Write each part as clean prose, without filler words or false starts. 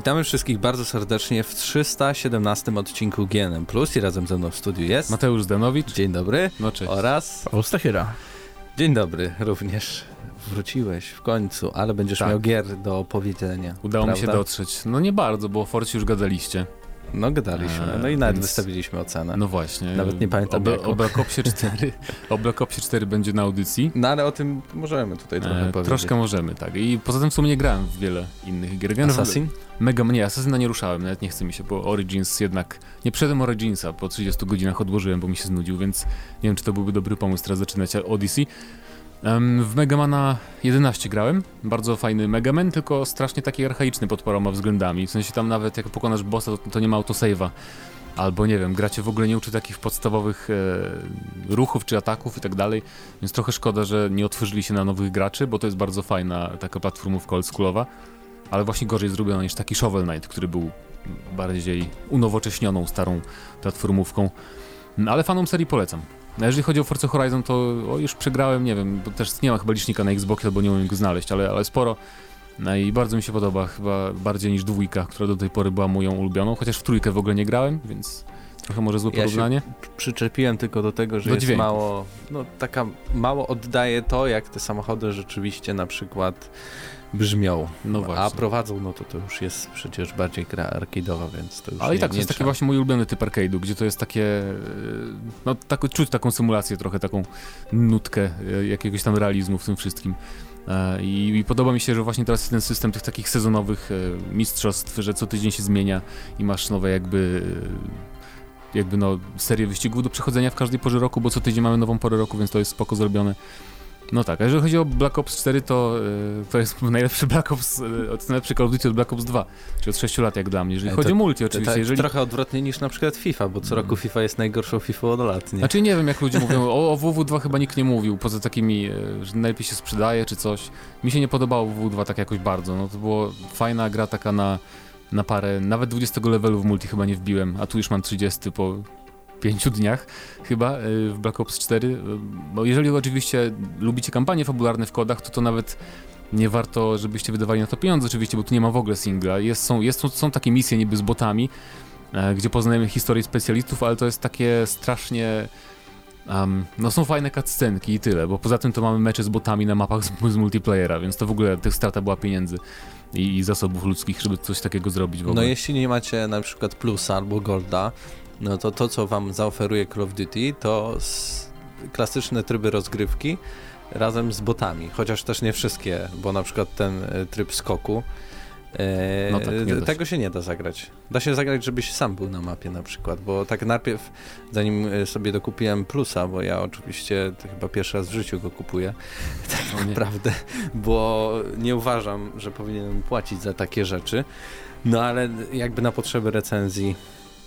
Witamy wszystkich bardzo serdecznie w 317 odcinku GNM+. I razem ze mną w studiu jest Mateusz Zdanowicz. Dzień dobry. No cześć. Oraz Paweł Stachyra. Dzień dobry również. Wróciłeś w końcu, ale będziesz miał gier do opowiedzenia. Udało mi się dotrzeć. No nie bardzo, bo o Forcie już gadaliście. No gadaliśmy, no i nawet wystawiliśmy ocenę. No właśnie. Nawet nie pamiętam o Black Opsie 4. O Black Opsie 4 będzie na audycji. No ale o tym możemy tutaj trochę powiedzieć. Troszkę możemy, tak. I poza tym w sumie nie grałem w wiele innych gier. Assassin? Nie, Assassina nie ruszałem, nawet nie chce mi się, bo Origins jednak... Nie przedem Originsa, po 30 godzinach odłożyłem, bo mi się znudził, więc nie wiem, czy to byłby dobry pomysł teraz zaczynać Odyssey. W Megamana 11 grałem, bardzo fajny Megaman, tylko strasznie taki archaiczny pod paroma względami, w sensie tam nawet jak pokonasz bossa, to nie ma autosave'a, albo nie wiem, gra cię w ogóle nie uczy takich podstawowych ruchów czy ataków i tak dalej, więc trochę szkoda, że nie otworzyli się na nowych graczy, bo to jest bardzo fajna taka platformówka oldschoolowa, ale właśnie gorzej zrobiona niż taki Shovel Knight, który był bardziej unowocześnioną, starą platformówką, ale fanom serii polecam. No jeżeli chodzi o Forza Horizon, to już przegrałem, nie wiem, bo też nie ma chyba licznika na Xboxie, albo nie umiem go znaleźć, ale sporo. No i bardzo mi się podoba, chyba bardziej niż dwójka, która do tej pory była moją ulubioną, chociaż w trójkę w ogóle nie grałem, więc trochę może złe porównanie. Ja się przyczepiłem tylko do tego, że jest mało, mało oddaje to, jak te samochody rzeczywiście na przykład brzmią, no właśnie. A prowadzą, no to już jest przecież bardziej gra arcade'owa, więc to już ale i tak, to jest taki właśnie mój ulubiony typ arcade'u, gdzie to jest takie, no czuć taką symulację, trochę taką nutkę jakiegoś tam realizmu w tym wszystkim. I podoba mi się, że właśnie teraz jest ten system tych takich sezonowych mistrzostw, że co tydzień się zmienia i masz nowe jakby serię wyścigów do przechodzenia w każdej porze roku, bo co tydzień mamy nową porę roku, więc to jest spoko zrobione. No tak, a jeżeli chodzi o Black Ops 4, to jest najlepszy Black Ops, najlepszy Call of Duty od Black Ops 2, czyli od 6 lat jak dla mnie, jeżeli chodzi o multi oczywiście. Trochę odwrotnie niż na przykład FIFA, bo co roku FIFA jest najgorszą FIFA od lat, nie? Znaczy nie wiem, jak ludzie mówią, o WW2 chyba nikt nie mówił, poza takimi, że najlepiej się sprzedaje czy coś. Mi się nie podobało WW2 tak jakoś bardzo, no to była fajna gra taka na parę, nawet 20 levelu w multi chyba nie wbiłem, a tu już mam 30 po 5 dniach chyba w Black Ops 4, bo jeżeli oczywiście lubicie kampanie fabularne w kodach, to nawet nie warto, żebyście wydawali na to pieniądze oczywiście, bo tu nie ma w ogóle singla. Są takie misje niby z botami, gdzie poznajemy historię specjalistów, ale to jest takie strasznie... są fajne cutscenki i tyle, bo poza tym to mamy mecze z botami na mapach z multiplayera, więc to w ogóle strata była pieniędzy i zasobów ludzkich, żeby coś takiego zrobić w ogóle. No jeśli nie macie na przykład plusa albo golda, no to co wam zaoferuje Call of Duty, to klasyczne tryby rozgrywki razem z botami, chociaż też nie wszystkie, bo na przykład ten tryb skoku, tego się nie da zagrać. Da się zagrać, żebyś sam był na mapie na przykład, bo tak najpierw, zanim sobie dokupiłem plusa, bo ja oczywiście chyba pierwszy raz w życiu go kupuję, tak naprawdę, bo nie uważam, że powinienem płacić za takie rzeczy, no ale jakby na potrzeby recenzji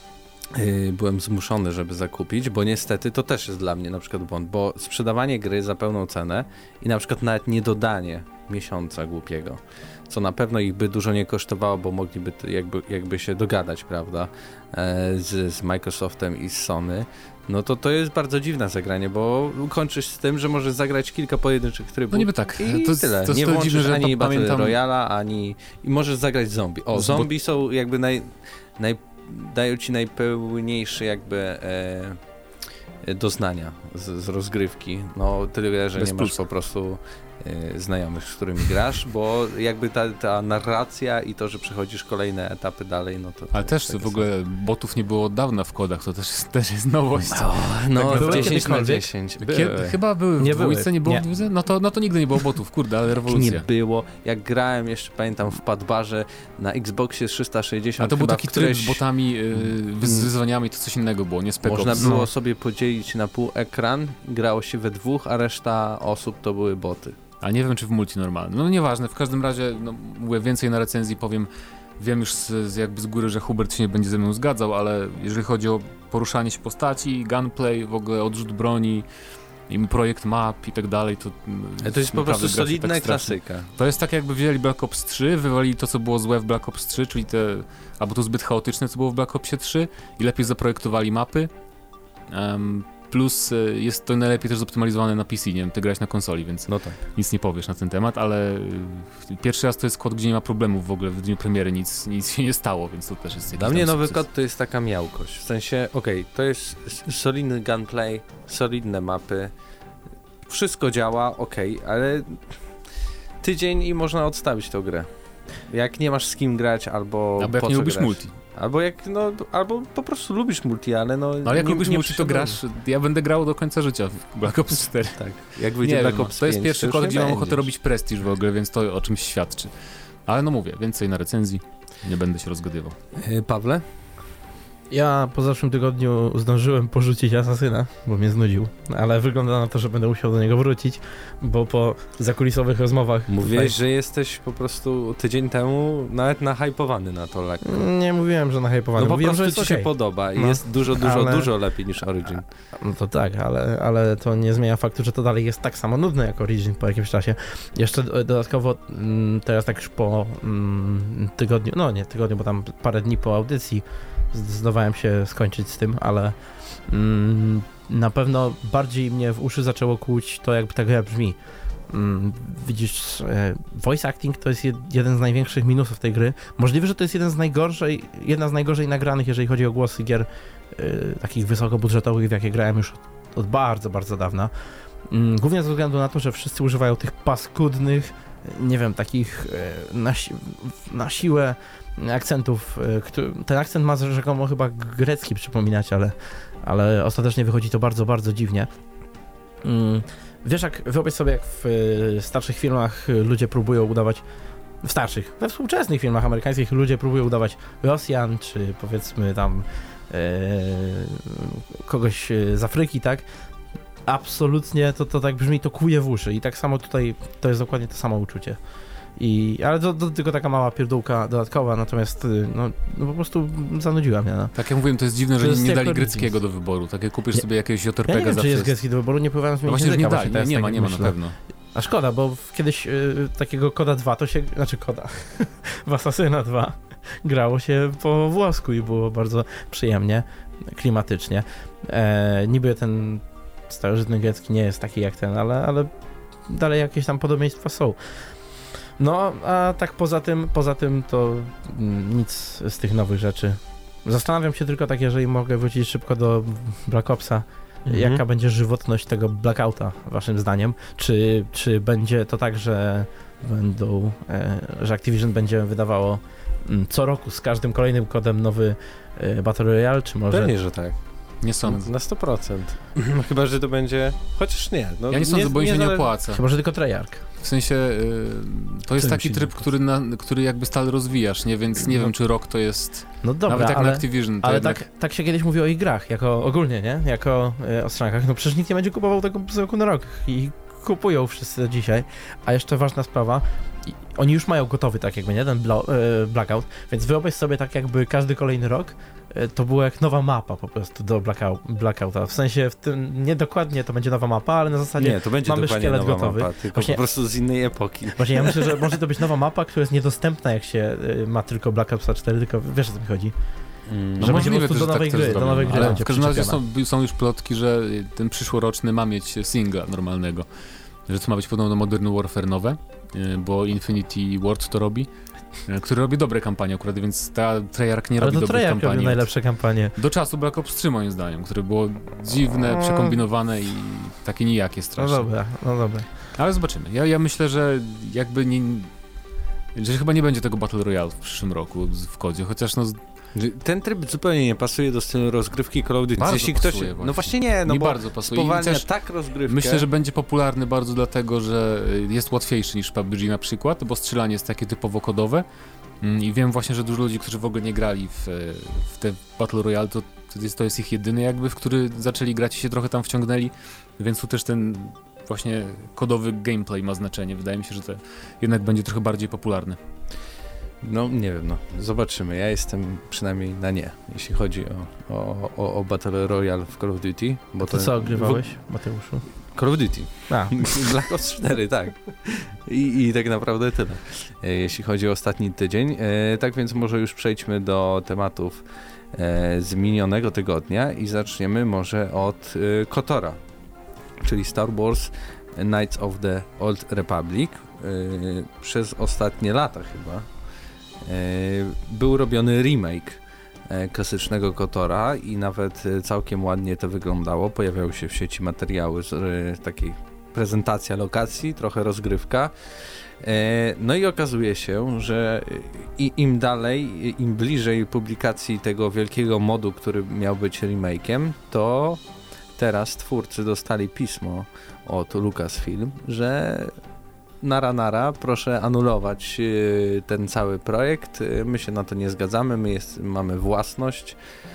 byłem zmuszony, żeby zakupić, bo niestety to też jest dla mnie na przykład błąd, bo sprzedawanie gry za pełną cenę i na przykład nawet nie dodanie miesiąca głupiego, co na pewno ich by dużo nie kosztowało, bo mogliby jakby się dogadać, prawda, z Microsoftem i z Sony, no to jest bardzo dziwne zagranie, bo kończysz z tym, że możesz zagrać kilka pojedynczych trybów. No niby tak. I tyle. Nie włączysz dziwne, ani Battle Royale'a, ani... I możesz zagrać zombie. Zombie są jakby dają ci najpełniejsze jakby doznania z rozgrywki. No tyle, że nie masz po prostu znajomych, z którymi grasz, bo jakby ta narracja i to, że przechodzisz kolejne etapy dalej, no to... Ale też w ogóle botów nie było od dawna w kodach, to też jest nowość. No, 10/10. Chyba były w dwójce, nie było w dwójce? No to nigdy nie było botów, kurde, ale rewolucja. Nie było. Jak grałem, jeszcze pamiętam, w Padbarze na Xboxie 360. A to był taki tryb z botami, z wyzwaniami, to coś innego było, nie Spec Ops. Można było sobie podzielić na pół ekran, grało się we dwóch, a reszta osób to były boty. A nie wiem, czy w multi normalny. No nieważne, w każdym razie, mówię więcej na recenzji, powiem, wiem już jakby z góry, że Hubert się nie będzie ze mną zgadzał, ale jeżeli chodzi o poruszanie się postaci, gunplay, w ogóle odrzut broni, i projekt map i tak dalej, to jest po prostu solidna tak klasyka. To jest tak, jakby wzięli Black Ops 3, wywalili to, co było złe w Black Ops 3, czyli albo to zbyt chaotyczne, co było w Black Opsie 3 i lepiej zaprojektowali mapy. plus jest to najlepiej też zoptymalizowane na PC, nie wiem, ty grałeś na konsoli, więc No tak. nic nie powiesz na ten temat, ale pierwszy raz to jest kod, gdzie nie ma problemów w ogóle, w dniu premiery nic się nie stało, więc to też jest jakiś Dla mnie nowy sukces. kod to jest taka miałkość, w sensie, to jest solidny gunplay, solidne mapy, wszystko działa, ale tydzień i można odstawić tę grę. Jak nie masz z kim grać, albo jak po nie co lubisz grać. multi. Albo po prostu lubisz multi, ale Ale jak lubisz multi, to przyszedłem. grasz, ja będę grał do końca życia w Black Ops 4. Tak, jak wyjdzie Nie Black wiem, Ops to jest 5, pierwszy już kod, nie gdzie mam ochotę będziesz. robić prestiż w ogóle, więc to o czymś świadczy. Ale no mówię, więcej na recenzji, nie będę się rozgadywał. Pawle? Ja po zeszłym tygodniu zdążyłem porzucić Asasyna, bo mnie znudził, ale wygląda na to, że będę musiał do niego wrócić, bo po zakulisowych rozmowach... Mówiłeś, że jesteś po prostu tydzień temu nawet nahypowany na to lekko. Nie mówiłem, że nahypowany. No po Mówiłem, prostu że ci jest się okej. podoba i No, jest dużo lepiej niż Origin. No to tak, ale to nie zmienia faktu, że to dalej jest tak samo nudne jak Origin po jakimś czasie. Jeszcze dodatkowo teraz tak już po tygodniu, no nie tygodniu, bo tam parę dni po audycji zdecydowałem się skończyć z tym, ale na pewno bardziej mnie w uszy zaczęło kłuć to, jak ta gra brzmi. Widzisz, voice acting to jest jeden z największych minusów tej gry. Możliwe, że to jest jedna z najgorzej nagranych, jeżeli chodzi o głosy gier takich wysokobudżetowych, w jakie grałem już od bardzo, bardzo dawna. Głównie ze względu na to, że wszyscy używają tych paskudnych, nie wiem, takich na siłę akcentów. Ten akcent ma rzekomo chyba grecki przypominać, ale ostatecznie wychodzi to bardzo, bardzo dziwnie. Wiesz, wyobraź sobie, jak w starszych filmach ludzie próbują udawać, we współczesnych filmach amerykańskich ludzie próbują udawać Rosjan, czy powiedzmy tam kogoś z Afryki, tak? Absolutnie to tak brzmi, to kłuje w uszy i tak samo tutaj to jest dokładnie to samo uczucie. Ale to tylko taka mała pierdółka dodatkowa, natomiast no po prostu zanudziła mnie. No. Tak jak mówiłem, to jest dziwne, że To jest nie jak dali Origins. greckiego do wyboru. Tak jak kupisz sobie jakiegoś Ja JRPG-a nie wiem, zawsze czy jest grecki do wyboru, nie próbowałem No zmienić właśnie, że nie języka dali, teraz, nie tak ma jak na myślę. pewno. A szkoda, bo kiedyś takiego koda 2 to się, koda, w Assassina 2 grało się po włosku i było bardzo przyjemnie, klimatycznie. Niby ten starożytny grecki nie jest taki jak ten, ale dalej jakieś tam podobieństwa są. No, a tak poza tym to nic z tych nowych rzeczy. Zastanawiam się tylko tak, jeżeli mogę wrócić szybko do Black Opsa, jaka będzie żywotność tego Blackouta, waszym zdaniem? Czy będzie to tak, że że Activision będzie wydawało co roku z każdym kolejnym kodem nowy Battle Royale, czy może... Pewnie, że tak. Nie sądzę. Na 100%. Chyba, że to będzie... Chociaż nie. No, Ja nie sądzę, bo im się nie zale- opłaca. Chyba, że tylko Treyarch. W sensie, to jest Czym taki się tryb, nie który jakby stale rozwijasz, nie? Więc nie wiem, czy rok to jest... No dobra, Nawet jak na ale... Activision, to Ale jednak... tak się kiedyś mówiło o ich grach, jako ogólnie, nie? Jako o strzałkach. No przecież nikt nie będzie kupował tego z roku na rok i kupują wszyscy dzisiaj. A jeszcze ważna sprawa, oni już mają gotowy tak jakby, nie? Ten Blackout, więc wyobraź sobie tak jakby każdy kolejny rok to było jak nowa mapa po prostu do Blackouta. W sensie w tym nie dokładnie to będzie nowa mapa, ale na zasadzie Nie, to będzie mamy dokładnie szkielet nowa gotowy. mapa, tylko Właśnie- po prostu z innej epoki. Właśnie ja myślę, że może to być nowa mapa, która jest niedostępna jak się ma tylko Black Opsa 4, tylko wiesz o co mi chodzi. Mm. No Że możliwe będzie po prostu też, że do nowej tak też gry, do zrobią, nowej gry ale będzie w każdym razie przyczepiona. są już plotki, że ten przyszłoroczny ma mieć singla normalnego. Że to ma być podobno Modern Warfare nowe, bo Infinity Ward to robi, który robi dobre kampanie akurat, więc Treyarch nie Ale robi to dobrych Treyarch robi kampanii. najlepsze kampanie. Do czasu Black Ops 3 moim zdaniem, które było dziwne, przekombinowane i takie nijakie No strasznie. dobra. Ale zobaczymy. Ja myślę, że jakby nie... Że chyba nie będzie tego Battle Royale w przyszłym roku w kodzie, chociaż no... Ten tryb zupełnie nie pasuje do stylu rozgrywki Call of Duty. Bardzo Jeśli pasuje ktoś, właśnie. no właśnie nie, no mi bo bardzo pasuje. I spowalnia też tak rozgrywkę. myślę, że będzie popularny bardzo dlatego, że jest łatwiejszy niż PUBG na przykład, bo strzelanie jest takie typowo kodowe i wiem właśnie, że dużo ludzi, którzy w ogóle nie grali w te Battle Royale, to jest ich jedyny jakby, w który zaczęli grać i się trochę tam wciągnęli, więc tu też ten właśnie kodowy gameplay ma znaczenie. Wydaje mi się, że to jednak będzie trochę bardziej popularny. No nie wiem, no zobaczymy. Ja jestem przynajmniej na nie, jeśli chodzi o Battle Royale w Call of Duty. Bo To co ogrywałeś, Mateuszu? Call of Duty. A, Black Ops 4, tak. I tak naprawdę tyle, jeśli chodzi o ostatni tydzień. Tak więc może już przejdźmy do tematów z minionego tygodnia i zaczniemy może od KOTORa, czyli Star Wars Knights of the Old Republic. Przez ostatnie lata chyba był robiony remake klasycznego KOTORa i nawet całkiem ładnie to wyglądało. Pojawiały się w sieci materiały z takiej prezentacja lokacji, trochę rozgrywka. No i okazuje się, że im dalej, im bliżej publikacji tego wielkiego modu, który miał być remake'iem, to teraz twórcy dostali pismo od Lucasfilm, że nara, proszę anulować ten cały projekt, my się na to nie zgadzamy, mamy własność,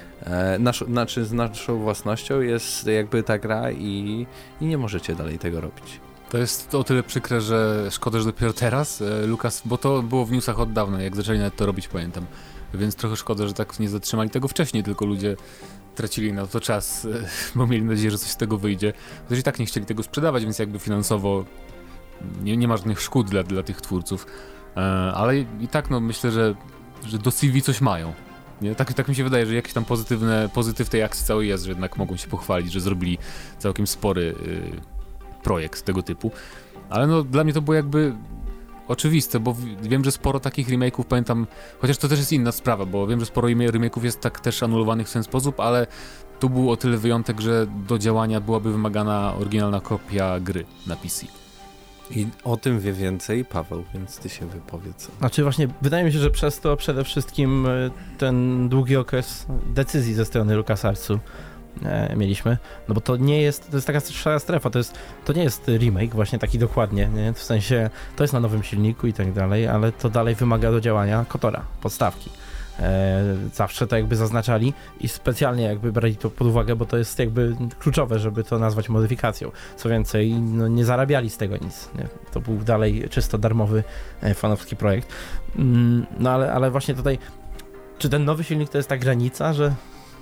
z naszą własnością jest jakby ta gra i nie możecie dalej tego robić. To jest o tyle przykre, że szkoda, że dopiero teraz Lucas, bo to było w newsach od dawna, jak zaczęli nawet to robić, pamiętam, więc trochę szkoda, że tak nie zatrzymali tego wcześniej, tylko ludzie tracili na to czas, bo mieli nadzieję, że coś z tego wyjdzie. Też i tak nie chcieli tego sprzedawać, więc jakby finansowo nie ma żadnych szkód dla tych twórców, ale i tak no myślę, że do CV coś mają. Nie? Tak mi się wydaje, że jakiś tam pozytyw tej akcji całej jest, że jednak mogą się pochwalić, że zrobili całkiem spory projekt tego typu, ale no dla mnie to było jakby oczywiste, bo wiem, że sporo takich remake'ów, pamiętam, chociaż to też jest inna sprawa, bo wiem, że sporo remake'ów jest tak też anulowanych w ten sposób, ale tu był o tyle wyjątek, że do działania byłaby wymagana oryginalna kopia gry na PC. I o tym wie więcej Paweł, więc ty się wypowiedz. Znaczy właśnie, wydaje mi się, że przez to przede wszystkim ten długi okres decyzji ze strony LucasArtsu mieliśmy, no bo to jest taka szara strefa, to nie jest remake właśnie taki dokładnie, nie? W sensie to jest na nowym silniku i tak dalej, ale to dalej wymaga do działania KOTORa, podstawki. Zawsze to jakby zaznaczali i specjalnie jakby brali to pod uwagę, bo to jest jakby kluczowe, żeby to nazwać modyfikacją. Co więcej, no nie zarabiali z tego nic, nie? To był dalej czysto darmowy fanowski projekt. No ale właśnie tutaj, czy ten nowy silnik to jest ta granica, że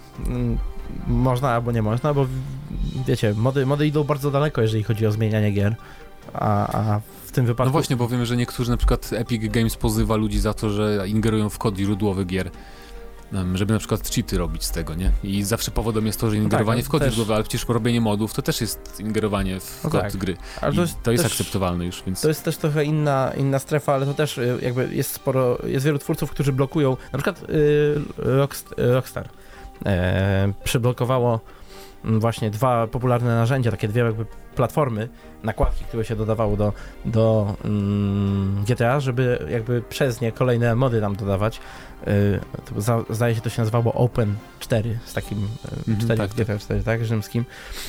można albo nie można, bo wiecie, mody idą bardzo daleko, jeżeli chodzi o zmienianie gier, a w tym wypadku... No właśnie, bo wiemy, że niektórzy, na przykład Epic Games pozywa ludzi za to, że ingerują w kod źródłowy gier, żeby na przykład cheaty robić z tego, nie? I zawsze powodem jest to, że ingerowanie w kod źródłowy, ale przecież robienie modów to też jest ingerowanie w kod gry. Ale to jest akceptowalne już, więc... To jest też trochę inna strefa, ale to też jakby jest wielu twórców, którzy blokują, na przykład Rockstar przyblokowało właśnie dwa popularne narzędzia, takie dwie jakby platformy, nakładki, które się dodawało do GTA, żeby jakby przez nie kolejne mody tam dodawać. Zdaje się, to się nazywało Open 4 z takim 4 tak, GTA 4, tak, rzymskim.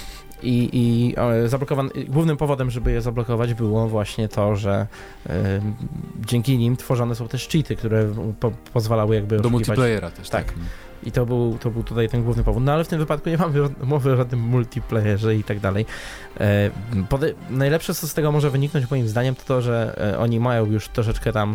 I głównym powodem, żeby je zablokować, było właśnie to, że dzięki nim tworzone są też cheaty, które pozwalały jakby do multiplayera też, tak. I to był tutaj ten główny powód. No ale w tym wypadku nie mamy mowy o żadnym multiplayerze i tak dalej. Najlepsze, co z tego może wyniknąć moim zdaniem, to, że oni mają już troszeczkę tam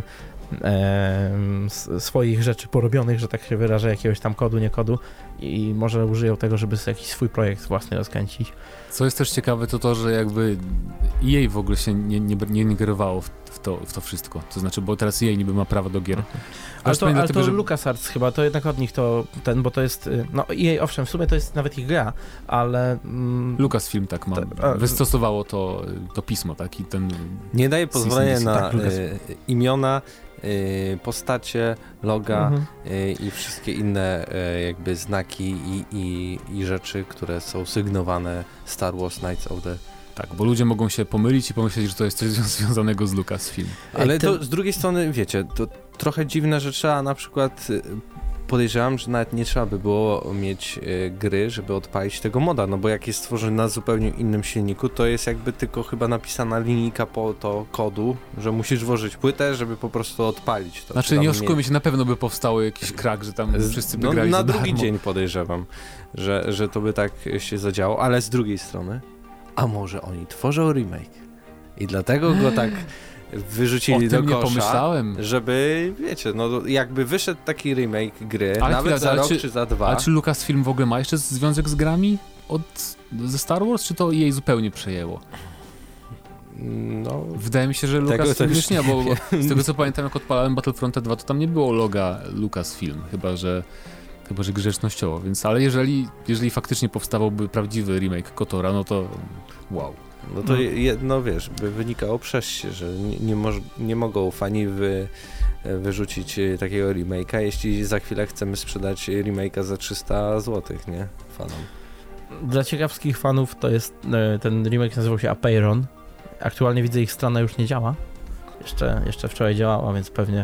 swoich rzeczy porobionych, że tak się wyrażę, jakiegoś tam kodu, nie kodu i może użyją tego, żeby sobie jakiś swój projekt własny rozkręcić. Co jest też ciekawe, to że jakby EA w ogóle się nie ingerowało w to wszystko. To znaczy, bo teraz EA niby ma prawo do gier. Ale to LucasArts chyba, to jednak od nich bo to jest, no EA owszem, w sumie to jest nawet ich gra, ale... Lucasfilm tak ma, wystosowało to pismo, tak? I ten... Nie daje pozwolenia na imiona, postacie, loga i wszystkie inne jakby znaki i rzeczy, które są sygnowane Star Wars Knights of the... Tak, bo ludzie mogą się pomylić i pomyśleć, że to jest coś związanego z Lucasfilm. Ale to z drugiej strony, wiecie, to trochę dziwne, że trzeba na przykład... Podejrzewam, że nawet nie trzeba by było mieć gry, żeby odpalić tego moda, no bo jak jest stworzony na zupełnie innym silniku, to jest jakby tylko chyba napisana linijka po to kodu, że musisz włożyć płytę, żeby po prostu odpalić to. Znaczy nie oszukujmy się, na pewno by powstało jakiś krak, że tam wszyscy by grali na za drugi darmo. dzień podejrzewam, że to by tak się zadziało, ale z drugiej strony, a może oni tworzą remake i dlatego go tak... wyrzucili do kosza, pomyślałem. Żeby, wiecie, no jakby wyszedł taki remake gry, ale nawet za rok czy za 2. A czy Lucasfilm w ogóle ma jeszcze związek z grami ze Star Wars, czy to jej zupełnie przejęło? No, wydaje mi się, że Lucasfilm już nie, bo z tego co pamiętam, jak odpalałem Battlefronta 2, to tam nie było loga Lucasfilm, chyba że Chyba, że grzecznościowo, więc, ale jeżeli faktycznie powstawałby prawdziwy remake KOTORa, no to wow. No to jedno, wiesz, by wynikało przez się, że nie mogą fani wyrzucić takiego remake'a, jeśli za chwilę chcemy sprzedać remake'a za 300 zł, nie? Fanom. Dla ciekawskich fanów to jest, ten remake nazywał się Apeiron. Aktualnie widzę, ich strona już nie działa. Jeszcze wczoraj działała, więc pewnie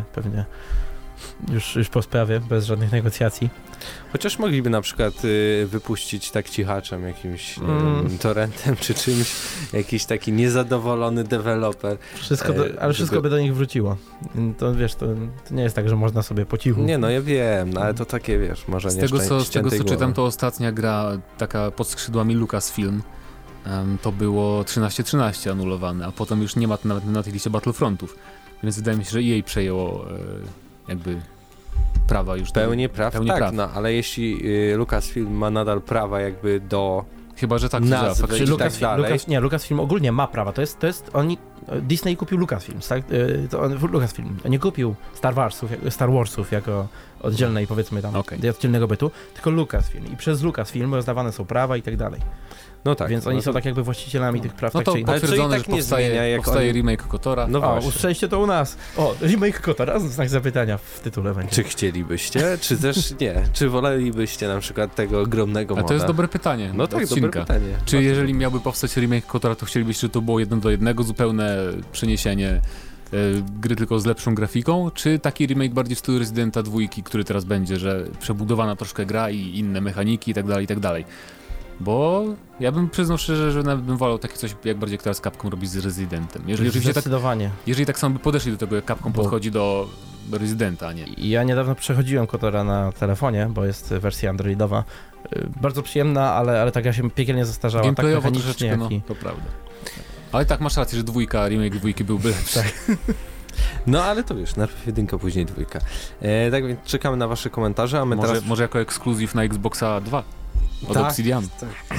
już po sprawie, bez żadnych negocjacji. Chociaż mogliby na przykład wypuścić tak cichaczem jakimś nie wiem, torrentem czy czymś, jakiś taki niezadowolony deweloper. Wszystko by do nich wróciło. To wiesz, to nie jest tak, że można sobie po cichu. Nie, no ja wiem, no, ale to takie, wiesz, może z nie tego co czytam, to ostatnia gra taka pod skrzydłami Lucasfilm, to było 1313 anulowane, a potem już nie ma nawet na tej liście Battlefrontów. Więc wydaje mi się, że EA przejęło jakby prawa już. Pełnię praw, no ale jeśli Lucasfilm ma nadal prawa jakby do chyba, że tak nazwy i tak dalej. Lucasfilm ogólnie ma prawa, to jest Disney kupił Lucasfilm, tak? Lucasfilm nie kupił Star Warsów jako oddzielnej, powiedzmy tam, oddzielnego bytu, tylko Lucasfilm i przez Lucasfilm rozdawane są prawa i tak dalej. No tak. Więc oni są tak jakby właścicielami tych praw. No to potwierdzone, że powstaje remake KOTORa. No właśnie. Usłyszeliście to u nas. Remake KOTORa, znak zapytania w tytule będzie. Czy chcielibyście, czy też nie? Czy wolelibyście na przykład tego ogromnego moda? A to jest dobre pytanie. No tak, dobre pytanie. Czy jeżeli miałby powstać remake KOTORa, to chcielibyście, żeby to było 1:1, zupełne przeniesienie gry tylko z lepszą grafiką, czy taki remake bardziej w stylu Residenta 2, który teraz będzie, że przebudowana troszkę gra i inne mechaniki i tak dalej. Bo ja bym przyznał szczerze, że nawet bym wolał takie coś, jak bardziej teraz Capcom robi z Residentem. Zdecydowanie. Jeżeli tak samo by podeszli do tego, jak Capcom podchodzi do Residenta, a nie. Ja niedawno przechodziłem KOTORa na telefonie, bo jest wersja androidowa. Bardzo przyjemna, ale ta gra się piekielnie zastarzała. Gameplayowo tak troszeczkę, to prawda. Ale tak, masz rację, że remake 2 byłby lepszy. No ale to wiesz, najpierw 1, później 2. Tak więc czekamy na wasze komentarze, a my teraz... Może jako ekskluzyw na Xboxa 2. Od Obsidian. Tak.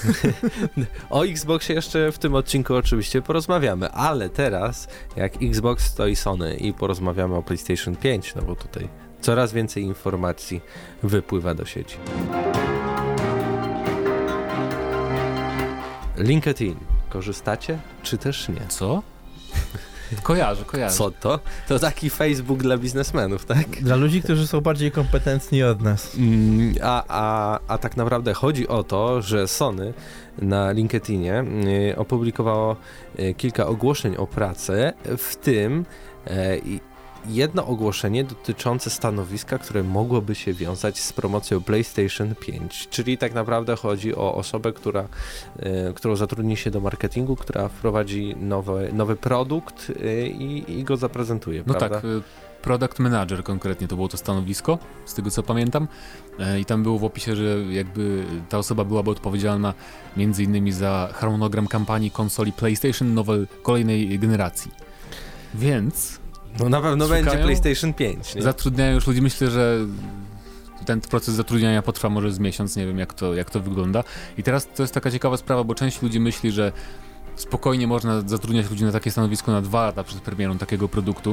O Xboxie jeszcze w tym odcinku oczywiście porozmawiamy, ale teraz jak Xbox to i Sony i porozmawiamy o PlayStation 5, no bo tutaj coraz więcej informacji wypływa do sieci. LinkedIn. Korzystacie, czy też nie? Co? Kojarzę. Co to? To taki Facebook dla biznesmenów, tak? Dla ludzi, którzy są bardziej kompetentni od nas. A tak naprawdę chodzi o to, że Sony na LinkedInie opublikowało kilka ogłoszeń o pracę, w tym jedno ogłoszenie dotyczące stanowiska, które mogłoby się wiązać z promocją PlayStation 5, czyli tak naprawdę chodzi o osobę, którą zatrudni się do marketingu, która wprowadzi nowy produkt i go zaprezentuje, no prawda? Tak, product manager konkretnie to było to stanowisko, z tego co pamiętam, i tam było w opisie, że jakby ta osoba byłaby odpowiedzialna między innymi za harmonogram kampanii konsoli PlayStation nowej kolejnej generacji, więc... No na pewno będzie PlayStation 5. Nie? Zatrudniają już ludzi, myślę, że ten proces zatrudniania potrwa może z miesiąc, nie wiem jak to wygląda. I teraz to jest taka ciekawa sprawa, bo część ludzi myśli, że spokojnie można zatrudniać ludzi na takie stanowisko na 2 lata przed premierą takiego produktu.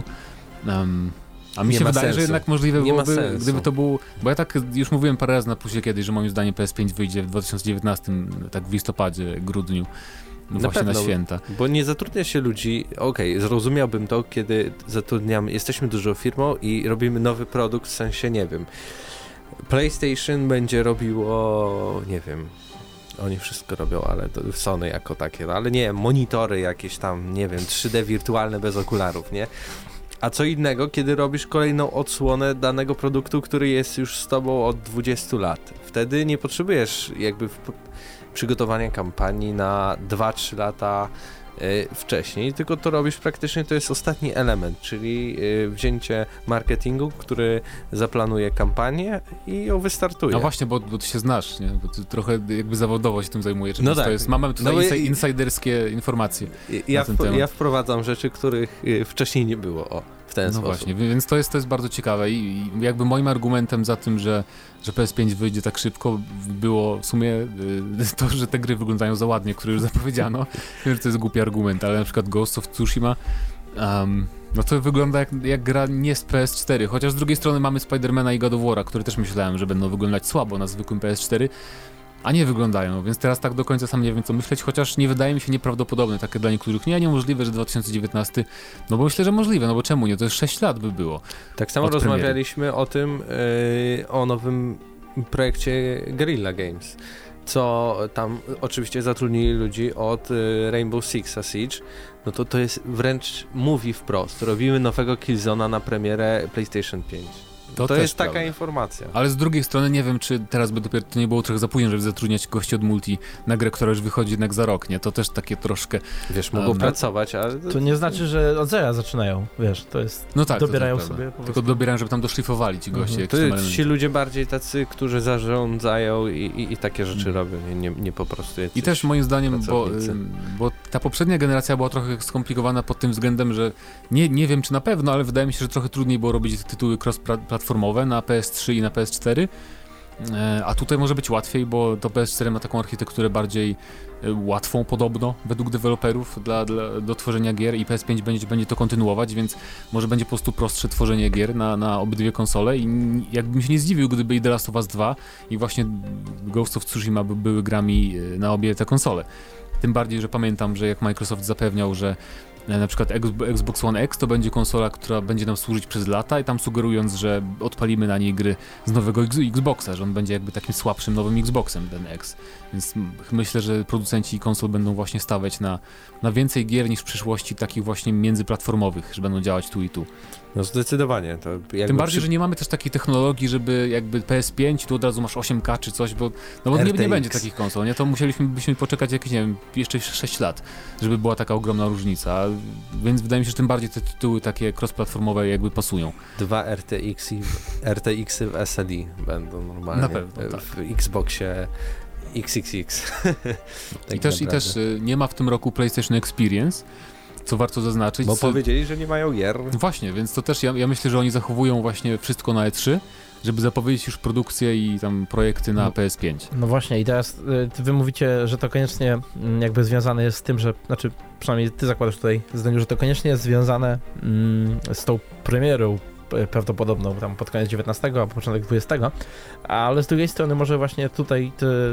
A mi się wydaje, że jednak możliwe byłoby, gdyby to był... Bo ja tak już mówiłem parę razy na plusie kiedyś, że moim zdaniem PS5 wyjdzie w 2019, tak w listopadzie, grudniu. No właśnie na święta. Bo nie zatrudnia się ludzi, zrozumiałbym to, kiedy zatrudniamy, jesteśmy dużą firmą i robimy nowy produkt, w sensie, nie wiem, PlayStation będzie robiło, nie wiem, oni wszystko robią, ale to Sony jako takie, ale nie wiem, monitory jakieś tam, nie wiem, 3D wirtualne bez okularów, nie? A co innego, kiedy robisz kolejną odsłonę danego produktu, który jest już z tobą od 20 lat. Wtedy nie potrzebujesz jakby przygotowania kampanii na 2-3 lata wcześniej, tylko to robisz praktycznie, to jest ostatni element, czyli wzięcie marketingu, który zaplanuje kampanię i ją wystartuje. No właśnie, bo ty się znasz, nie? Bo ty trochę jakby zawodowo się tym zajmujesz. No tak. To jest, mamy tutaj insiderskie informacje na ten temat. Ja wprowadzam rzeczy, których wcześniej nie było. W ten sposób. Właśnie, więc to jest bardzo ciekawe i jakby moim argumentem za tym, że PS5 wyjdzie tak szybko, było w sumie to, że te gry wyglądają za ładnie, które już zapowiedziano. Wiem, że to jest głupi argument, ale na przykład Ghost of Tsushima No to wygląda jak gra nie z PS4, chociaż z drugiej strony mamy Spidermana i God of War'a, które też myślałem, że będą wyglądać słabo na zwykłym PS4, a nie wyglądają, więc teraz tak do końca sam nie wiem co myśleć, chociaż nie wydaje mi się nieprawdopodobne, takie dla niektórych, niemożliwe, że 2019, no bo myślę, że możliwe, no bo czemu nie, to już 6 lat by było. Tak samo rozmawialiśmy o tym, o nowym projekcie Guerrilla Games, co tam oczywiście zatrudnili ludzi od Rainbow Six Siege, no to jest wręcz, mówi wprost, robimy nowego Killzone'a na premierę PlayStation 5. To jest taka informacja. Ale z drugiej strony nie wiem, czy teraz by dopiero to nie było trochę za późno, żeby zatrudniać gości od multi na grę, która już wychodzi jednak za rok, nie? To też takie troszkę... Wiesz, mogą pracować, ale... To nie znaczy, że od zera zaczynają, wiesz, to jest... No tak, dobierają to sobie... Tylko dobierają, żeby tam doszlifowali ci goście. To ci ludzie bardziej tacy, którzy zarządzają i takie rzeczy robią, nie po prostu... I też moim zdaniem, bo ta poprzednia generacja była trochę skomplikowana pod tym względem, że nie wiem, czy na pewno, ale wydaje mi się, że trochę trudniej było robić tytuły cross-platformowe na PS3 i na PS4, a tutaj może być łatwiej, bo to PS4 ma taką architekturę bardziej łatwą podobno według deweloperów do tworzenia gier i PS5 będzie to kontynuować, więc może będzie po prostu prostsze tworzenie gier na obydwie konsole i jakbym się nie zdziwił, gdyby i The Last of Us 2 i właśnie Ghost of Tsushima były grami na obie te konsole. Tym bardziej, że pamiętam, że jak Microsoft zapewniał, że na przykład Xbox One X to będzie konsola, która będzie nam służyć przez lata i tam sugerując, że odpalimy na niej gry z nowego Xboxa, że on będzie jakby takim słabszym nowym Xboxem, ten X. Więc myślę, że producenci konsol będą właśnie stawiać na więcej gier niż w przyszłości takich właśnie międzyplatformowych, że będą działać tu i tu. No zdecydowanie. To tym bardziej, że nie mamy też takiej technologii, żeby jakby PS5, tu od razu masz 8K czy coś, bo nie będzie takich konsol, nie? To musielibyśmy poczekać jakieś, nie wiem, jeszcze 6 lat, żeby była taka ogromna różnica, więc wydaje mi się, że tym bardziej te tytuły takie cross-platformowe jakby pasują. 2 RTX-y w SLI będą normalnie. Na pewno, tak. W Xboxie XXX. I też nie ma w tym roku PlayStation Experience, co warto zaznaczyć. Bo powiedzieli, że nie mają gier. Właśnie, więc to też ja myślę, że oni zachowują właśnie wszystko na E3, żeby zapowiedzieć już produkcję i tam projekty na PS5. No właśnie i teraz wy mówicie, że to koniecznie jakby związane jest z tym, że, znaczy przynajmniej ty zakładasz tutaj zdaniu, że to koniecznie jest związane z tą premierą prawdopodobną tam pod koniec 19, a początek 20, ale z drugiej strony może właśnie tutaj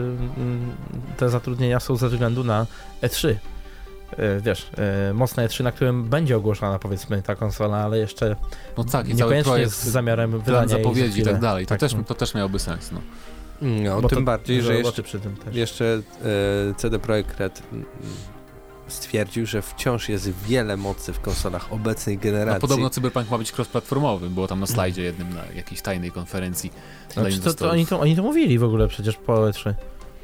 te zatrudnienia są ze względu na E3. Wiesz, mocne E3, na którym będzie ogłoszona powiedzmy ta konsola, ale jeszcze i niekoniecznie z zamiarem wydania zapowiedzi i tak dalej. To też miałoby sens. No tym bardziej, że jeszcze CD Projekt Red stwierdził, że wciąż jest wiele mocy w konsolach obecnej generacji. No, podobno Cyberpunk ma być cross-platformowy, było tam na slajdzie jednym na jakiejś tajnej konferencji. Oni to mówili w ogóle przecież po E3.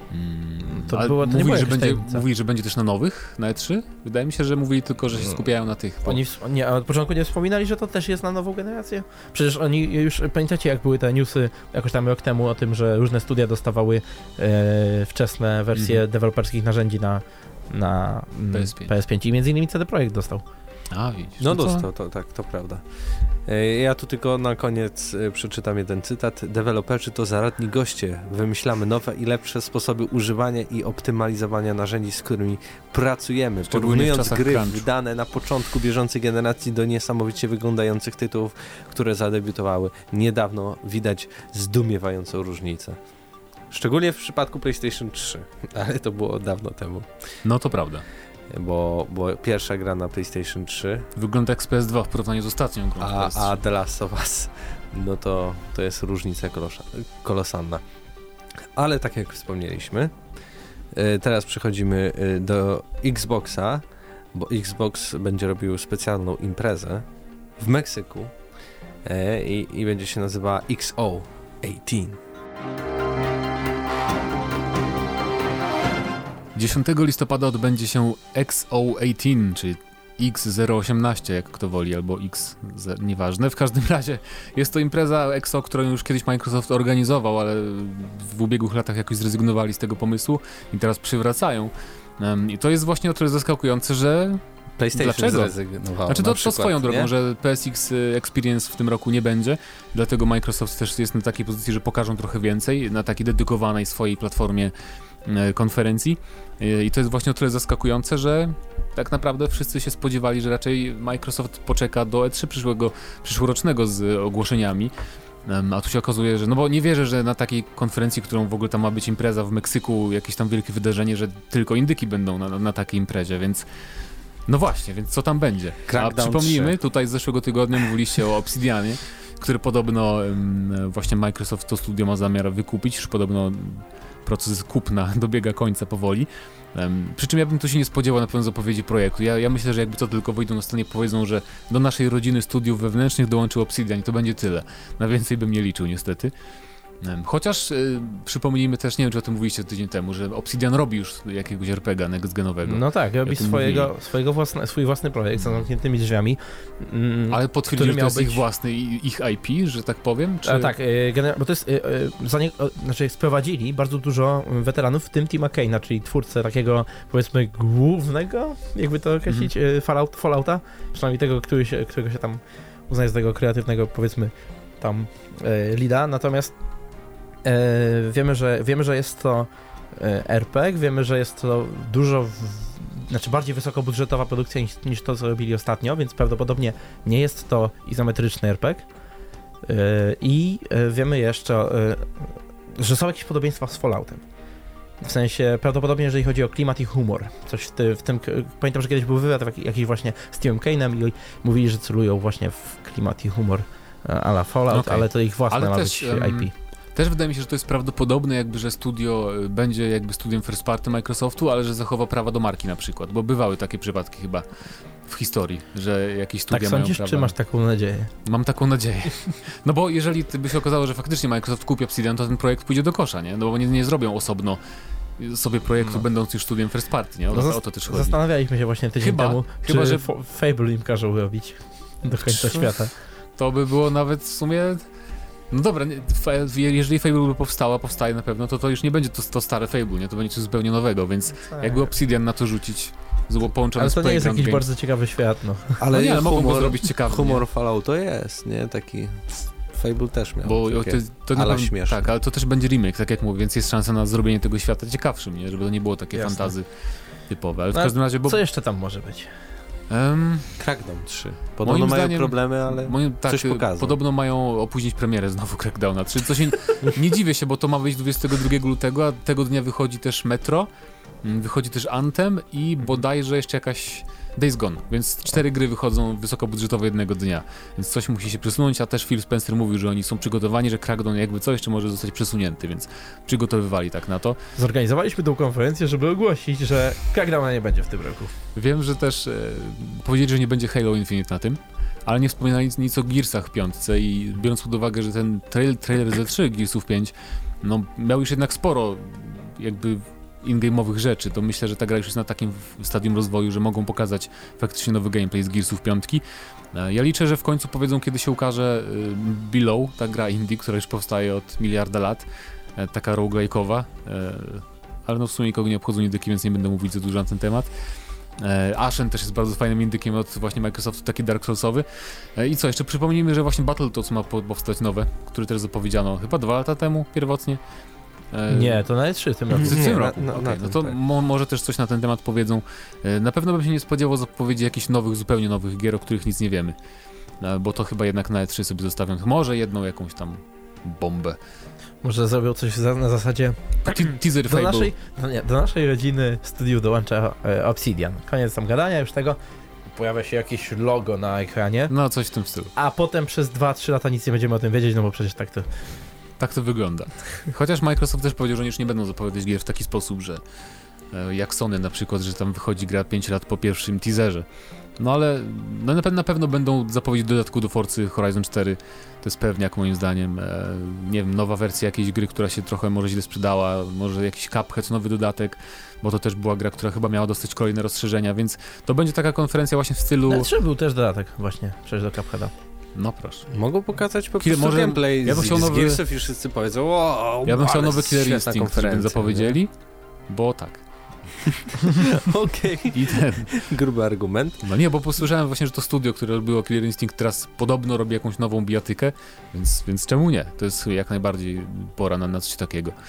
Mówili, że będzie też na nowych, na E3? Wydaje mi się, że mówili tylko, że się skupiają na tych. A od początku nie wspominali, że to też jest na nową generację? Przecież oni już, pamiętacie jak były te newsy jakoś tam rok temu o tym, że różne studia dostawały wczesne wersje deweloperskich narzędzi na PS5 i między innymi CD Projekt dostał. A, widzisz. No dostał, to prawda. Ja tu tylko na koniec przeczytam jeden cytat. Deweloperzy to zaradni goście. Wymyślamy nowe i lepsze sposoby używania i optymalizowania narzędzi, z którymi pracujemy. Porównując gry wydane na początku bieżącej generacji do niesamowicie wyglądających tytułów, które zadebiutowały niedawno, widać zdumiewającą różnicę. Szczególnie w przypadku PlayStation 3, ale to było dawno temu. No to prawda. Bo pierwsza gra na PlayStation 3 wygląda jak z PS2 w porównaniu z ostatnią grą. A The Last of Us, no to jest różnica kolosalna. Ale tak jak wspomnieliśmy, teraz przechodzimy do Xboxa, bo Xbox będzie robił specjalną imprezę w Meksyku i będzie się nazywała XO18. 10 listopada odbędzie się XO18, czyli X018, jak kto woli, albo X, nieważne. W każdym razie jest to impreza XO, którą już kiedyś Microsoft organizował, ale w ubiegłych latach jakoś zrezygnowali z tego pomysłu i teraz przywracają. I to jest właśnie o tyle zaskakujące, że PlayStation zrezygnował. Znaczy to swoją drogą, nie? Że PSX Experience w tym roku nie będzie, dlatego Microsoft też jest na takiej pozycji, że pokażą trochę więcej na takiej dedykowanej swojej platformie konferencji i to jest właśnie o tyle zaskakujące, że tak naprawdę wszyscy się spodziewali, że raczej Microsoft poczeka do E3 przyszłorocznego z ogłoszeniami. A tu się okazuje, że, no bo nie wierzę, że na takiej konferencji, którą w ogóle tam ma być impreza w Meksyku, jakieś tam wielkie wydarzenie, że tylko indyki będą na takiej imprezie, więc no właśnie, więc co tam będzie? A przypomnijmy, 3. tutaj z zeszłego tygodnia mówiliście o Obsidianie, który podobno właśnie Microsoft to studio ma zamiar wykupić, już podobno proces kupna dobiega końca powoli. Przy czym ja bym tu się nie spodziewał na pewno zapowiedzi projektu. Ja myślę, że jakby to tylko wyjdą na stronę, powiedzą, że do naszej rodziny studiów wewnętrznych dołączył Obsidian i to będzie tyle. Na więcej bym nie liczył niestety. Chociaż przypomnijmy też, nie wiem czy o tym mówiliście tydzień temu, że Obsidian robi już jakiegoś RPGa next-genowego. No tak, robi swój własny projekt z zamkniętymi drzwiami. Ale potwierdzili, że to jest ich własny, ich IP, że tak powiem? Czy... Tak, bo to jest, znaczy sprowadzili bardzo dużo weteranów, w tym Tima Kane'a, czyli twórcę takiego, powiedzmy, głównego, jakby to określić, Fallouta, przynajmniej tego, którego się tam uznaje za tego kreatywnego, powiedzmy, tam leada, natomiast wiemy, że jest to RPG, wiemy, że jest to znaczy bardziej wysokobudżetowa produkcja niż to, co robili ostatnio, więc prawdopodobnie nie jest to izometryczny RPG. I wiemy jeszcze, że są jakieś podobieństwa z Falloutem. W sensie, prawdopodobnie jeżeli chodzi o klimat i humor. Coś w tym, pamiętam, że kiedyś był wywiad jakiś właśnie z Timem Kane'em i mówili, że celują właśnie w klimat i humor a la Fallout, ale to ich własne ma być IP. Też wydaje mi się, że to jest prawdopodobne, jakby, że studio będzie jakby studiem first party Microsoftu, ale że zachowa prawa do marki na przykład, bo bywały takie przypadki chyba w historii, że jakieś studia tak mają sądzisz, prawa. Czy masz taką nadzieję? Mam taką nadzieję. No bo jeżeli by się okazało, że faktycznie Microsoft kupi Obsidian, to ten projekt pójdzie do kosza, nie? No bo nie zrobią osobno sobie projektu, będąc już studiem first party, nie? O to też chodzi. Zastanawialiśmy się właśnie tydzień temu, że Fable im każą robić do końca świata. To by było nawet w sumie... No dobra, jeżeli Fable by powstaje na pewno, to już nie będzie to stare Fable, nie? To będzie coś zupełnie nowego, więc jakby Obsidian na to rzucić, połączone z Ale to nie jest jakiś Games. bardzo ciekawy świat, no. Ale mogą go zrobić ciekawy. Humor Fallout to jest, nie? Taki... Fable też miał. Bo to na pewno, śmieszne. tak, ale to też będzie remake, tak jak mówię, więc jest szansa na zrobienie tego świata ciekawszym, nie? Żeby to nie było takie fantazy typowe, ale w każdym razie... Co jeszcze tam może być? Crackdown 3. Podobno mają problemy, ale coś pokazał. Podobno mają opóźnić premierę znowu Crackdowna 3, co się nie dziwię się, bo to ma wyjść 22 lutego, a tego dnia wychodzi też Metro, wychodzi też Anthem i bodajże jeszcze jakaś Days Gone, więc 4 gry wychodzą wysokobudżetowe jednego dnia, więc coś musi się przesunąć, a też Phil Spencer mówił, że oni są przygotowani, że Crackdown jakby co jeszcze może zostać przesunięty, więc przygotowywali tak na to. Zorganizowaliśmy tą konferencję, żeby ogłosić, że Crackdowna nie będzie w tym roku. Wiem, że też powiedzieli, że nie będzie Halo Infinite na tym, ale nie wspominali nic o Gearsach w 5 i biorąc pod uwagę, że ten trailer Z3 Gearsów 5 no, miał już jednak sporo jakby in-game'owych rzeczy, to myślę, że ta gra już jest na takim stadium rozwoju, że mogą pokazać faktycznie nowy gameplay z Gearsów 5. Ja liczę, że w końcu powiedzą, kiedy się ukaże Below, ta gra indie, która już powstaje od miliarda lat, taka roguelike'owa, ale no w sumie nikogo nie obchodzą indyki, więc nie będę mówić za dużo na ten temat. Ashen też jest bardzo fajnym indykiem od właśnie Microsoftu, taki Dark Soulsowy. I co, jeszcze przypomnijmy, że właśnie Battletoads ma powstać nowe, który też zapowiedziano chyba 2 lata temu pierwotnie. Nie, to nawet 3 w tym roku. W tym roku. No to tak. Może też coś na ten temat powiedzą. Na pewno bym się nie spodziewał zapowiedzi jakichś zupełnie nowych gier, o których nic nie wiemy. Bo to chyba jednak na E3 sobie zostawią. Może jedną jakąś tam bombę. Może zrobią coś na zasadzie... Teaser Fable. Do naszej rodziny studiu dołącza Obsidian. Koniec tam gadania już tego. Pojawia się jakieś logo na ekranie. No, coś w tym stylu. A potem przez 2-3 lata nic nie będziemy o tym wiedzieć, no bo przecież tak to wygląda. Chociaż Microsoft też powiedział, że oni już nie będą zapowiadać gier w taki sposób, że jak Sony na przykład, że tam wychodzi gra 5 lat po pierwszym teaserze. No ale na pewno będą zapowiedzieć dodatku do Forcy Horizon 4. To jest pewniak moim zdaniem. Nie wiem, nowa wersja jakiejś gry, która się trochę może źle sprzedała, może jakiś Cuphead, nowy dodatek, bo to też była gra, która chyba miała dostać kolejne rozszerzenia, więc to będzie taka konferencja właśnie w stylu... No, był też dodatek właśnie, przecież do Cupheada. No proszę. Mogą pokazać po prostu gameplay z Gearsów i wszyscy powiedzą wow, ja bym chciał nowy Killer Instinct, żeby zapowiedzieli, nie? Bo tak. Okej. I ten gruby argument. No nie, bo posłyszałem właśnie, że to studio, które robiło Killer Instinct, teraz podobno robi jakąś nową bijatykę, więc czemu nie? To jest jak najbardziej pora na coś takiego.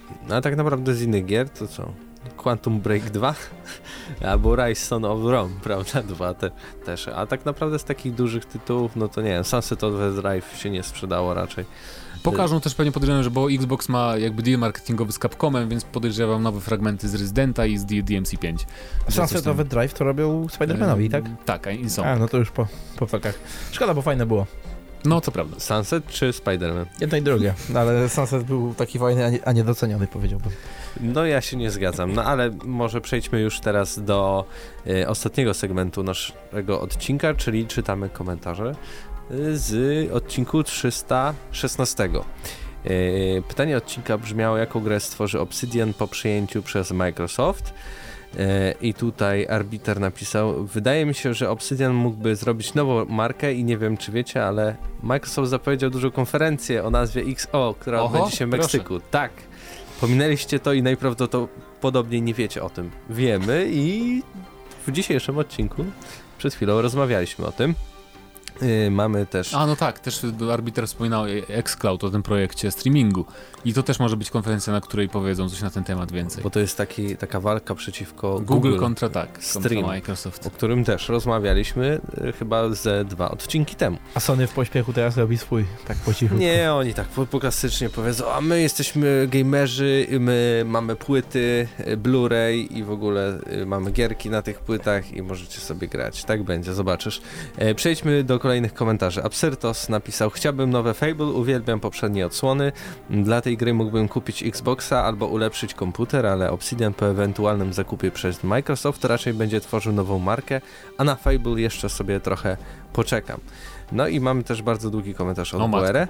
No a tak naprawdę z innych gier to co? Quantum Break 2 albo Rise Son of Rome, prawda? 2 też. A tak naprawdę z takich dużych tytułów, no to nie wiem, Sunset Overdrive się nie sprzedało raczej. Pokażą też pewnie, podejrzewam, że bo Xbox ma jakby deal marketingowy z Capcomem, więc podejrzewam nowe fragmenty z Residenta i z DMC5. Sunset Overdrive to robił Spider-Manowi, tak? Tak, a Insomniac. No to już po fakach. Szkoda, bo fajne było. No, to prawda. Sunset czy Spider-Man? Jedno i drugie, ale Sunset był taki fajny, a niedoceniony, powiedziałbym. No ja się nie zgadzam, no ale może przejdźmy już teraz do ostatniego segmentu naszego odcinka, czyli czytamy komentarze z odcinku 316. Pytanie odcinka brzmiało, jaką grę stworzy Obsidian po przejęciu przez Microsoft. I tutaj Arbiter napisał: wydaje mi się, że Obsidian mógłby zrobić nową markę i nie wiem, czy wiecie, ale Microsoft zapowiedział dużą konferencję o nazwie XO, która odbędzie się w Meksyku. Proszę. Tak, pominęliście to i najprawdopodobniej nie wiecie o tym. Wiemy i w dzisiejszym odcinku przed chwilą rozmawialiśmy o tym. Mamy też... no tak, też Arbiter wspominał xCloud o tym projekcie streamingu i to też może być konferencja, na której powiedzą coś na ten temat więcej. Bo to jest taka walka przeciwko Google kontra Stream, Microsoft. O którym też rozmawialiśmy chyba ze 2 odcinki temu. A Sony w pośpiechu teraz robi swój, tak po cichu. Nie, oni tak po klasycznie powiedzą, a my jesteśmy gamerzy, my mamy płyty, Blu-ray i w ogóle mamy gierki na tych płytach i możecie sobie grać. Tak będzie, zobaczysz. Przejdźmy do kolejnych komentarzy. Absyrtos napisał: chciałbym nowe Fable, uwielbiam poprzednie odsłony. Dla tej gry mógłbym kupić Xboxa albo ulepszyć komputer, ale Obsidian po ewentualnym zakupie przez Microsoft raczej będzie tworzył nową markę, a na Fable jeszcze sobie trochę poczekam. No i mamy też bardzo długi komentarz od Buere.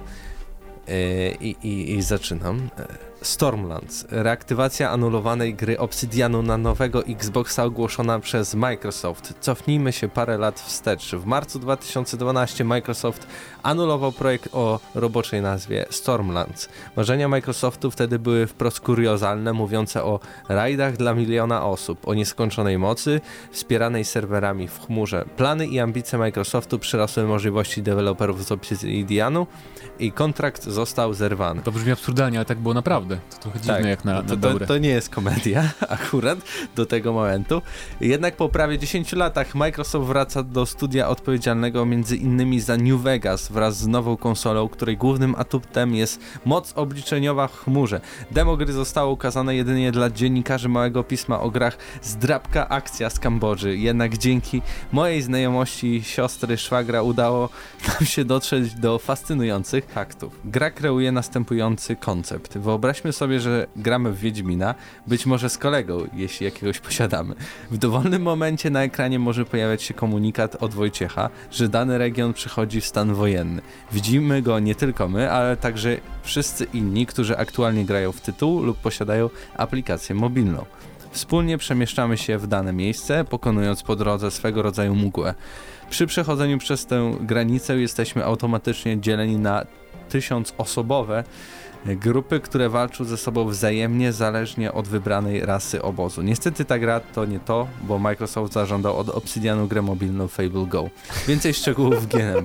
I zaczynam. Stormlands. Reaktywacja anulowanej gry Obsidianu na nowego Xboxa ogłoszona przez Microsoft. Cofnijmy się parę lat wstecz. W marcu 2012 Microsoft anulował projekt o roboczej nazwie Stormlands. Marzenia Microsoftu wtedy były wprost kuriozalne, mówiące o rajdach dla miliona osób, o nieskończonej mocy, wspieranej serwerami w chmurze. Plany i ambicje Microsoftu przyrosły możliwości deweloperów z Obsidianu i kontrakt został zerwany. To brzmi absurdalnie, ale tak było naprawdę. To trochę dziwne jak na dobre. To nie jest komedia akurat do tego momentu. Jednak po prawie 10 latach Microsoft wraca do studia odpowiedzialnego między innymi za New Vegas wraz z nową konsolą, której głównym atutem jest moc obliczeniowa w chmurze. Demo gry zostało ukazane jedynie dla dziennikarzy małego pisma o grach Zdrabka akcja z Kambodży. Jednak dzięki mojej znajomości siostry szwagra udało nam się dotrzeć do fascynujących faktów. Gra kreuje następujący koncept. Wyobraźmy sobie, że gramy w Wiedźmina, być może z kolegą, jeśli jakiegoś posiadamy. W dowolnym momencie na ekranie może pojawiać się komunikat od Wojciecha, że dany region przechodzi w stan wojenny. Widzimy go nie tylko my, ale także wszyscy inni, którzy aktualnie grają w tytuł lub posiadają aplikację mobilną. Wspólnie przemieszczamy się w dane miejsce, pokonując po drodze swego rodzaju mgłę. Przy przechodzeniu przez tę granicę jesteśmy automatycznie dzieleni na 1000-osobowe grupy, które walczą ze sobą wzajemnie, zależnie od wybranej rasy obozu. Niestety ta gra to nie to, bo Microsoft zażądał od Obsidianu grę mobilną Fable Go. Więcej szczegółów w GNM+,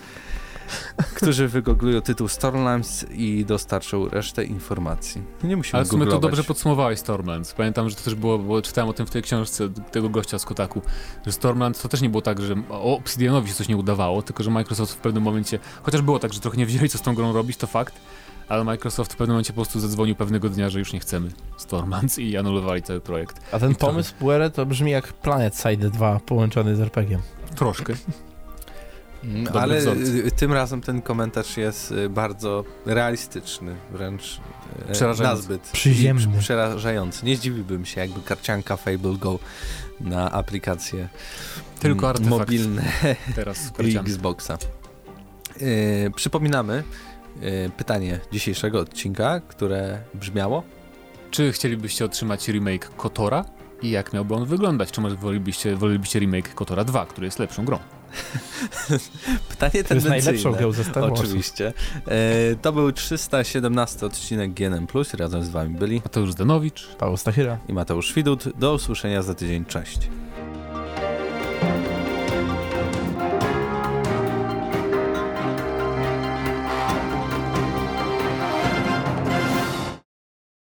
którzy wygooglują tytuł Stormlands i dostarczą resztę informacji. Nie musimy ale w sumie googlować. to dobrze podsumowałeś Stormlands. Pamiętam, że to też było, bo czytałem o tym w tej książce tego gościa z Kotaku, że Stormlands to też nie było tak, że Obsidianowi się coś nie udawało, tylko że Microsoft w pewnym momencie, chociaż było tak, że trochę nie wiedzieli, co z tą grą robić, to fakt, ale Microsoft w pewnym momencie po prostu zadzwonił pewnego dnia, że już nie chcemy Stormlands i anulowali cały projekt. A ten pomysł Buere to brzmi jak Planet Side 2 połączony z RPG-iem. Troszkę. Ale tym razem ten komentarz jest bardzo realistyczny, wręcz nazbyt przyziemny, przerażający. Nie zdziwiłbym się, jakby karcianka Fable Go na aplikacje tylko mobilne teraz i Xboxa. Przypominamy pytanie dzisiejszego odcinka, które brzmiało: czy chcielibyście otrzymać remake KOTORa i jak miałby on wyglądać? Czy może wolelibyście remake KOTORa 2, który jest lepszą grą? Pytanie tendencyjne. To jest najlepszą grą ze Star Warsów. Oczywiście. To był 317 odcinek GNM+. Razem z wami byli Mateusz Zdanowicz, Paweł Stachira i Mateusz Widut. Do usłyszenia za tydzień. Cześć.